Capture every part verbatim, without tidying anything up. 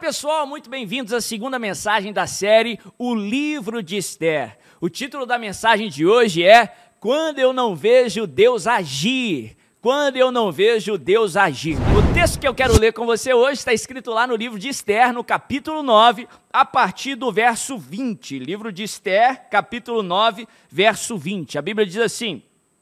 pessoal, muito bem-vindos à segunda mensagem da série O Livro de Esther. O título da mensagem de hoje é Quando eu não vejo Deus agir. Quando eu não vejo Deus agir. O texto que eu quero ler com você hoje está escrito lá no livro de Esther, no capítulo nove, a partir do verso vinte. Livro de Esther, capítulo nove, verso vinte. A Bíblia diz assim: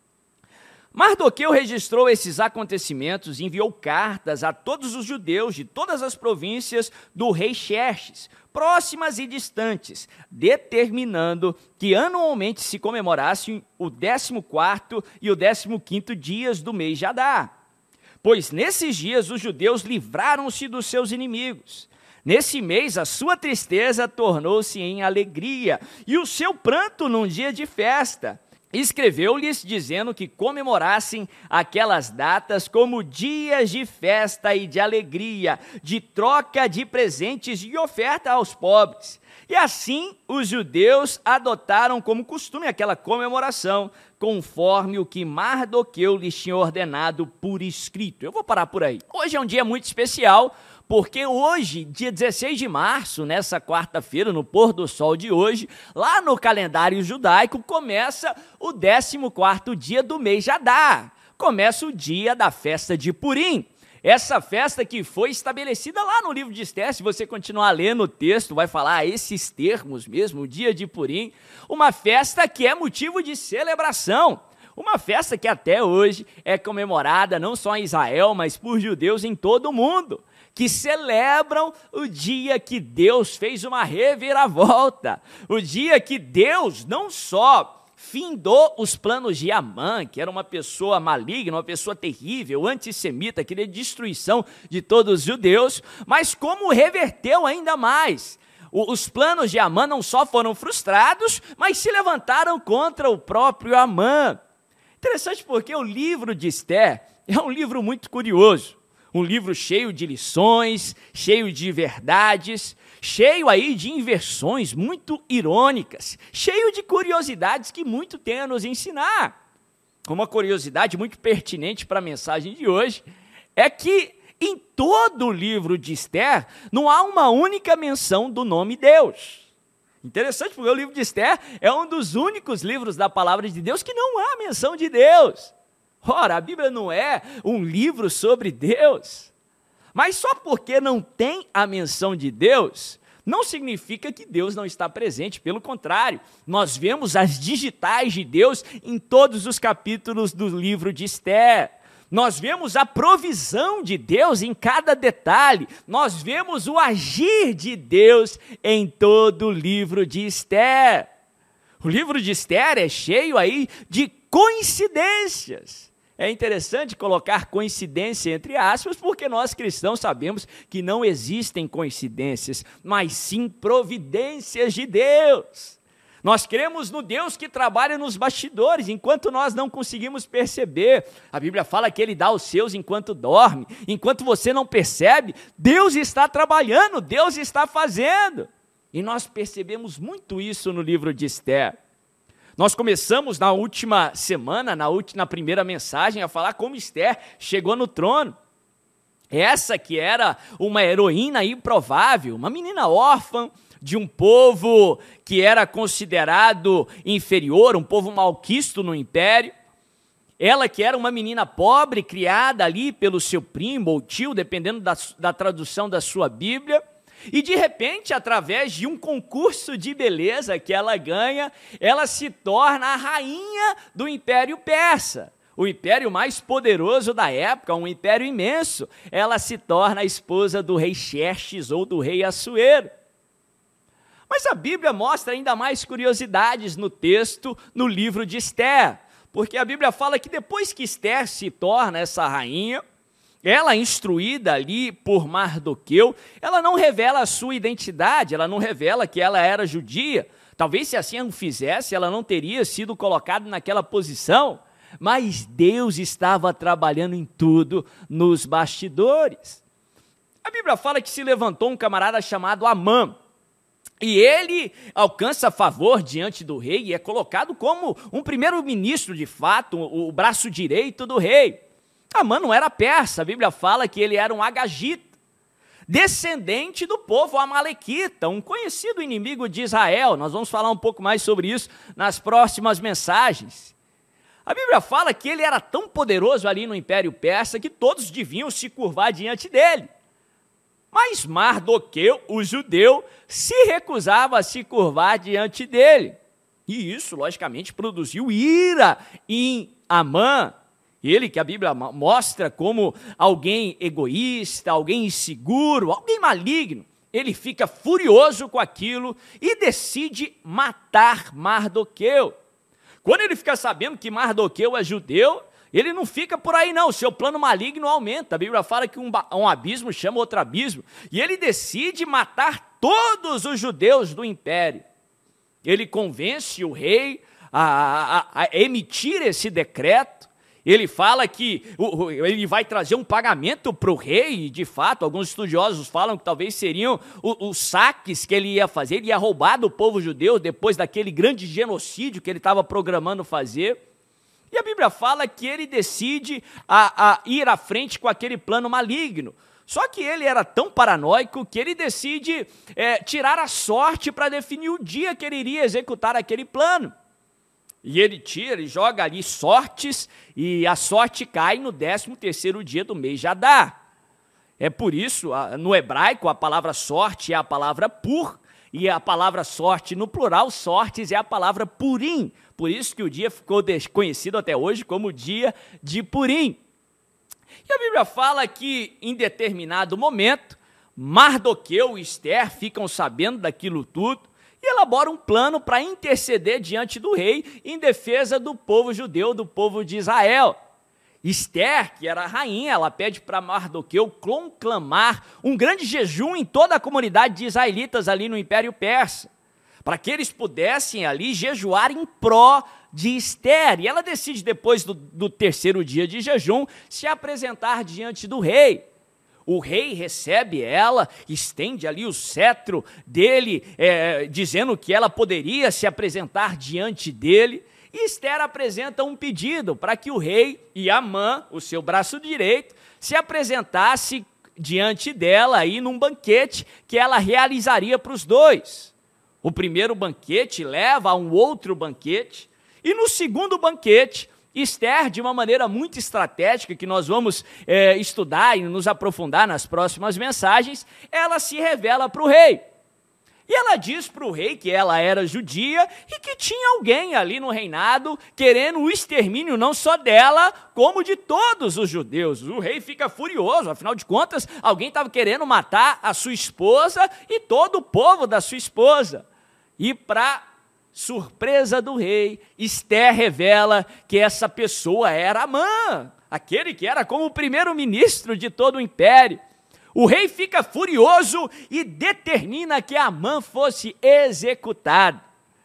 Mardoqueu registrou esses acontecimentos e enviou cartas a todos os judeus de todas as províncias do rei Xerxes, próximas e distantes, determinando que anualmente se comemorassem o décimo quarto e o décimo quinto dias do mês de Adar. Pois nesses dias os judeus livraram-se dos seus inimigos. Nesse mês a sua tristeza tornou-se em alegria e o seu pranto num dia de festa. Escreveu-lhes dizendo que comemorassem aquelas datas como dias de festa e de alegria, de troca de presentes e oferta aos pobres. E assim os judeus adotaram como costume aquela comemoração, conforme o que Mardoqueu lhes tinha ordenado por escrito. Eu vou parar por aí. Hoje é um dia muito especial, porque hoje, dia dezesseis de março, nessa quarta-feira, no pôr do sol de hoje, lá no calendário judaico, começa o décimo quarto dia do mês de Adar. Começa o dia da festa de Purim. Essa festa que foi estabelecida lá no livro de Esther, se você continuar lendo o texto, vai falar esses termos mesmo, o dia de Purim, uma festa que é motivo de celebração. Uma festa que até hoje é comemorada não só em Israel, mas por judeus em todo o mundo, que celebram o dia que Deus fez uma reviravolta, o dia que Deus não só findou os planos de Amã, que era uma pessoa maligna, uma pessoa terrível, antissemita, queria destruição de todos os judeus, mas como reverteu ainda mais. Os planos de Amã não só foram frustrados, mas se levantaram contra o próprio Amã. Interessante porque o livro de Esther é um livro muito curioso. Um livro cheio de lições, cheio de verdades, cheio aí de inversões muito irônicas, cheio de curiosidades que muito tem a nos ensinar. Uma curiosidade muito pertinente para a mensagem de hoje é que em todo o livro de Esther não há uma única menção do nome Deus. Interessante porque o livro de Esther é um dos únicos livros da palavra de Deus que não há menção de Deus. Ora, a Bíblia não é um livro sobre Deus, mas só porque não tem a menção de Deus, não significa que Deus não está presente, pelo contrário, nós vemos as digitais de Deus em todos os capítulos do livro de Esther, nós vemos a provisão de Deus em cada detalhe, nós vemos o agir de Deus em todo o livro de Esther. O livro de Esther é cheio aí de coincidências. É interessante colocar coincidência entre aspas, porque nós cristãos sabemos que não existem coincidências, mas sim providências de Deus. Nós cremos no Deus que trabalha nos bastidores, enquanto nós não conseguimos perceber. A Bíblia fala que Ele dá os seus enquanto dorme. Enquanto você não percebe, Deus está trabalhando, Deus está fazendo. E nós percebemos muito isso no livro de Esther. Nós começamos na última semana, na, última, na primeira mensagem, a falar como Esther chegou no trono. Essa que era uma heroína improvável, uma menina órfã de um povo que era considerado inferior, um povo malquisto no império. Ela que era uma menina pobre, criada ali pelo seu primo ou tio, dependendo da, da tradução da sua Bíblia. E de repente, através de um concurso de beleza que ela ganha, ela se torna a rainha do Império Persa, o império mais poderoso da época, um império imenso. Ela se torna a esposa do rei Xerxes ou do rei Assuero. Mas a Bíblia mostra ainda mais curiosidades no texto, no livro de Esther, porque a Bíblia fala que depois que Esther se torna essa rainha, ela, instruída ali por Mardoqueu, ela não revela a sua identidade, ela não revela que ela era judia. Talvez se assim o fizesse, ela não teria sido colocada naquela posição, mas Deus estava trabalhando em tudo nos bastidores. A Bíblia fala que se levantou um camarada chamado Amã, e ele alcança favor diante do rei e é colocado como um primeiro-ministro de fato, o braço direito do rei. Amã não era persa, a Bíblia fala que ele era um agagita. descendente do povo amalequita, um conhecido inimigo de Israel. Nós vamos falar um pouco mais sobre isso nas próximas mensagens. A Bíblia fala que ele era tão poderoso ali no Império Persa que todos deviam se curvar diante dele. Mas Mardoqueu, o judeu, se recusava a se curvar diante dele. E isso, logicamente, produziu ira em Amã. Ele que a Bíblia mostra como alguém egoísta, alguém inseguro, alguém maligno. Ele fica furioso com aquilo e decide matar Mardoqueu. Quando ele fica sabendo que Mardoqueu é judeu, ele não fica por aí não, seu plano maligno aumenta. A Bíblia fala que um, um abismo chama outro abismo. E ele decide matar todos os judeus do império. Ele convence o rei a, a, a emitir esse decreto. Ele fala que o, ele vai trazer um pagamento para o rei, e de fato, alguns estudiosos falam que talvez seriam os, os saques que ele ia fazer, ele ia roubar do povo judeu depois daquele grande genocídio que ele estava programando fazer. E a Bíblia fala que ele decide a, a ir à frente com aquele plano maligno. Só que ele era tão paranoico que ele decide é, tirar a sorte para definir o dia que ele iria executar aquele plano. E ele tira, ele joga ali sortes, e a sorte cai no décimo terceiro dia do mês de Adar. É por isso, no hebraico, a palavra sorte é a palavra pur, e a palavra sorte no plural, sortes, é a palavra purim. Por isso que o dia ficou conhecido até hoje como dia de Purim. E a Bíblia fala que, em determinado momento, Mardoqueu e Ester ficam sabendo daquilo tudo, e elabora um plano para interceder diante do rei em defesa do povo judeu, do povo de Israel. Ester, que era a rainha, ela pede para Mardoqueu conclamar um grande jejum em toda a comunidade de israelitas ali no Império Persa, para que eles pudessem ali jejuar em pró de Ester. E ela decide, depois do, do terceiro dia de jejum, se apresentar diante do rei. O rei recebe ela, estende ali o cetro dele, é, dizendo que ela poderia se apresentar diante dele. E Ester apresenta um pedido para que o rei e Amã, o seu braço direito, se apresentasse diante dela aí num banquete que ela realizaria para os dois. O primeiro banquete leva a um outro banquete, e no segundo banquete, Ester, de uma maneira muito estratégica, que nós vamos é, estudar e nos aprofundar nas próximas mensagens, ela se revela para o rei. E ela diz para o rei que ela era judia e que tinha alguém ali no reinado querendo o extermínio não só dela, como de todos os judeus. O rei fica furioso, afinal de contas, alguém estava querendo matar a sua esposa e todo o povo da sua esposa. E para surpresa do rei, Ester revela que essa pessoa era Amã, aquele que era como o primeiro-ministro de todo o império. O rei fica furioso e determina que Amã fosse executado.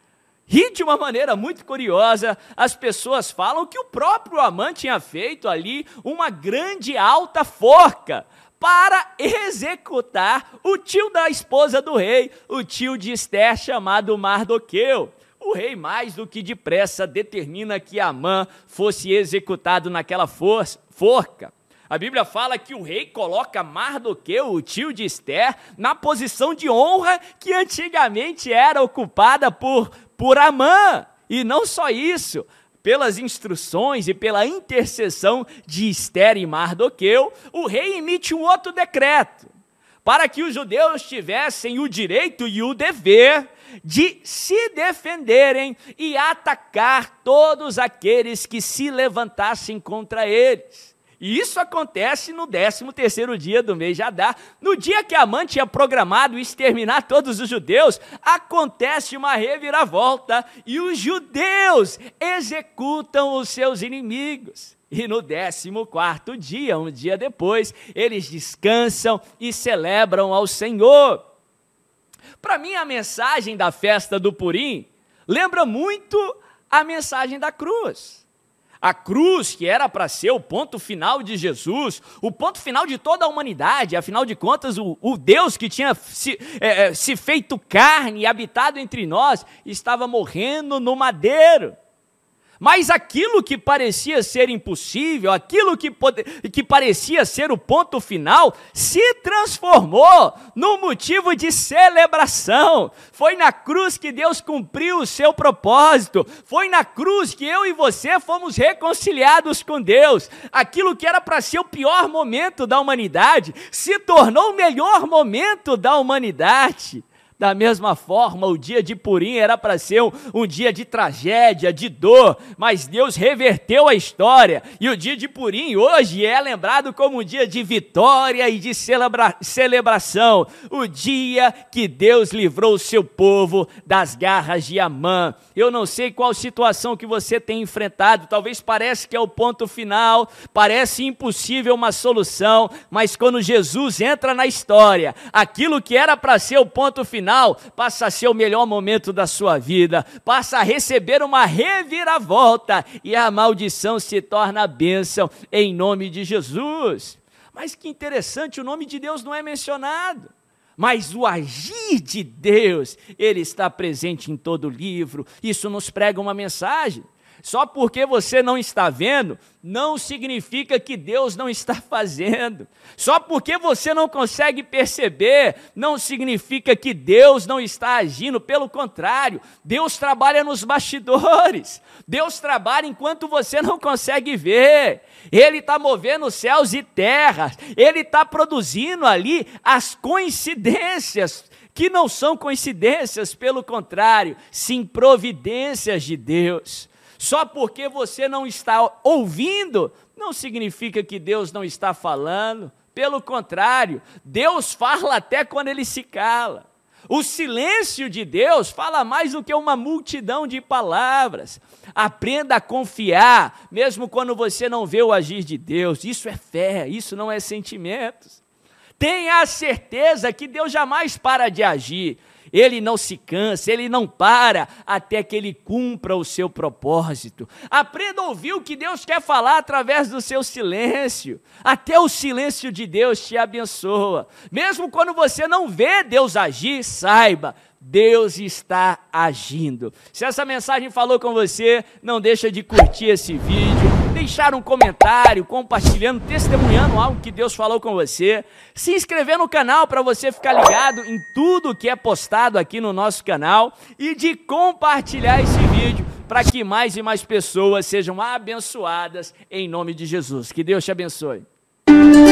E de uma maneira muito curiosa, as pessoas falam que o próprio Amã tinha feito ali uma grande alta forca para executar o tio da esposa do rei, o tio de Ester, chamado Mardoqueu. O rei, mais do que depressa, determina que Amã fosse executado naquela forca. A Bíblia fala que o rei coloca Mardoqueu, o tio de Ester, na posição de honra que antigamente era ocupada por, por Amã. E não só isso, pelas instruções e pela intercessão de Ester e Mardoqueu, o rei emite um outro decreto, para que os judeus tivessem o direito e o dever de se defenderem e atacar todos aqueles que se levantassem contra eles. E isso acontece no décimo terceiro dia do mês de Adar. No dia que Amã tinha programado exterminar todos os judeus, acontece uma reviravolta e os judeus executam os seus inimigos. E no décimo quarto dia, um dia depois, eles descansam e celebram ao Senhor. Para mim, a mensagem da festa do Purim lembra muito a mensagem da cruz. A cruz, que era para ser o ponto final de Jesus, o ponto final de toda a humanidade, afinal de contas, o, o Deus que tinha se, é, se feito carne e habitado entre nós, estava morrendo no madeiro. Mas aquilo que parecia ser impossível, aquilo que, pode, que parecia ser o ponto final, se transformou num motivo de celebração. Foi na cruz que Deus cumpriu o seu propósito. Foi na cruz que eu e você fomos reconciliados com Deus. Aquilo que era para ser o pior momento da humanidade, se tornou o melhor momento da humanidade. Da mesma forma, o dia de Purim era para ser um, um dia de tragédia, de dor, mas Deus reverteu a história. E o dia de Purim hoje é lembrado como um dia de vitória e de celebra- celebração. O dia que Deus livrou o seu povo das garras de Amã. Eu não sei qual situação que você tem enfrentado, talvez pareça que é o ponto final, parece impossível uma solução, mas quando Jesus entra na história, aquilo que era para ser o ponto final, passa a ser o melhor momento da sua vida, passa a receber uma reviravolta e a maldição se torna a bênção em nome de Jesus. Mas que interessante, o nome de Deus não é mencionado, mas o agir de Deus, ele está presente em todo o livro. Isso nos prega uma mensagem. Só porque você não está vendo, não significa que Deus não está fazendo. Só porque você não consegue perceber, não significa que Deus não está agindo. Pelo contrário, Deus trabalha nos bastidores. Deus trabalha enquanto você não consegue ver. Ele está movendo céus e terras. Ele está produzindo ali as coincidências, que não são coincidências, pelo contrário, sim providências de Deus. Só porque você não está ouvindo, não significa que Deus não está falando. Pelo contrário, Deus fala até quando ele se cala. O silêncio de Deus fala mais do que uma multidão de palavras. Aprenda a confiar, mesmo quando você não vê o agir de Deus. Isso é fé, isso não é sentimentos. Tenha a certeza que Deus jamais para de agir. Ele não se cansa, ele não para até que ele cumpra o seu propósito. Aprenda a ouvir o que Deus quer falar através do seu silêncio. Até o silêncio de Deus te abençoa. Mesmo quando você não vê Deus agir, saiba, Deus está agindo. Se essa mensagem falou com você, não deixa de curtir esse vídeo, deixar um comentário, compartilhando, testemunhando algo que Deus falou com você, se inscrever no canal para você ficar ligado em tudo que é postado aqui no nosso canal e de compartilhar esse vídeo para que mais e mais pessoas sejam abençoadas em nome de Jesus. Que Deus te abençoe.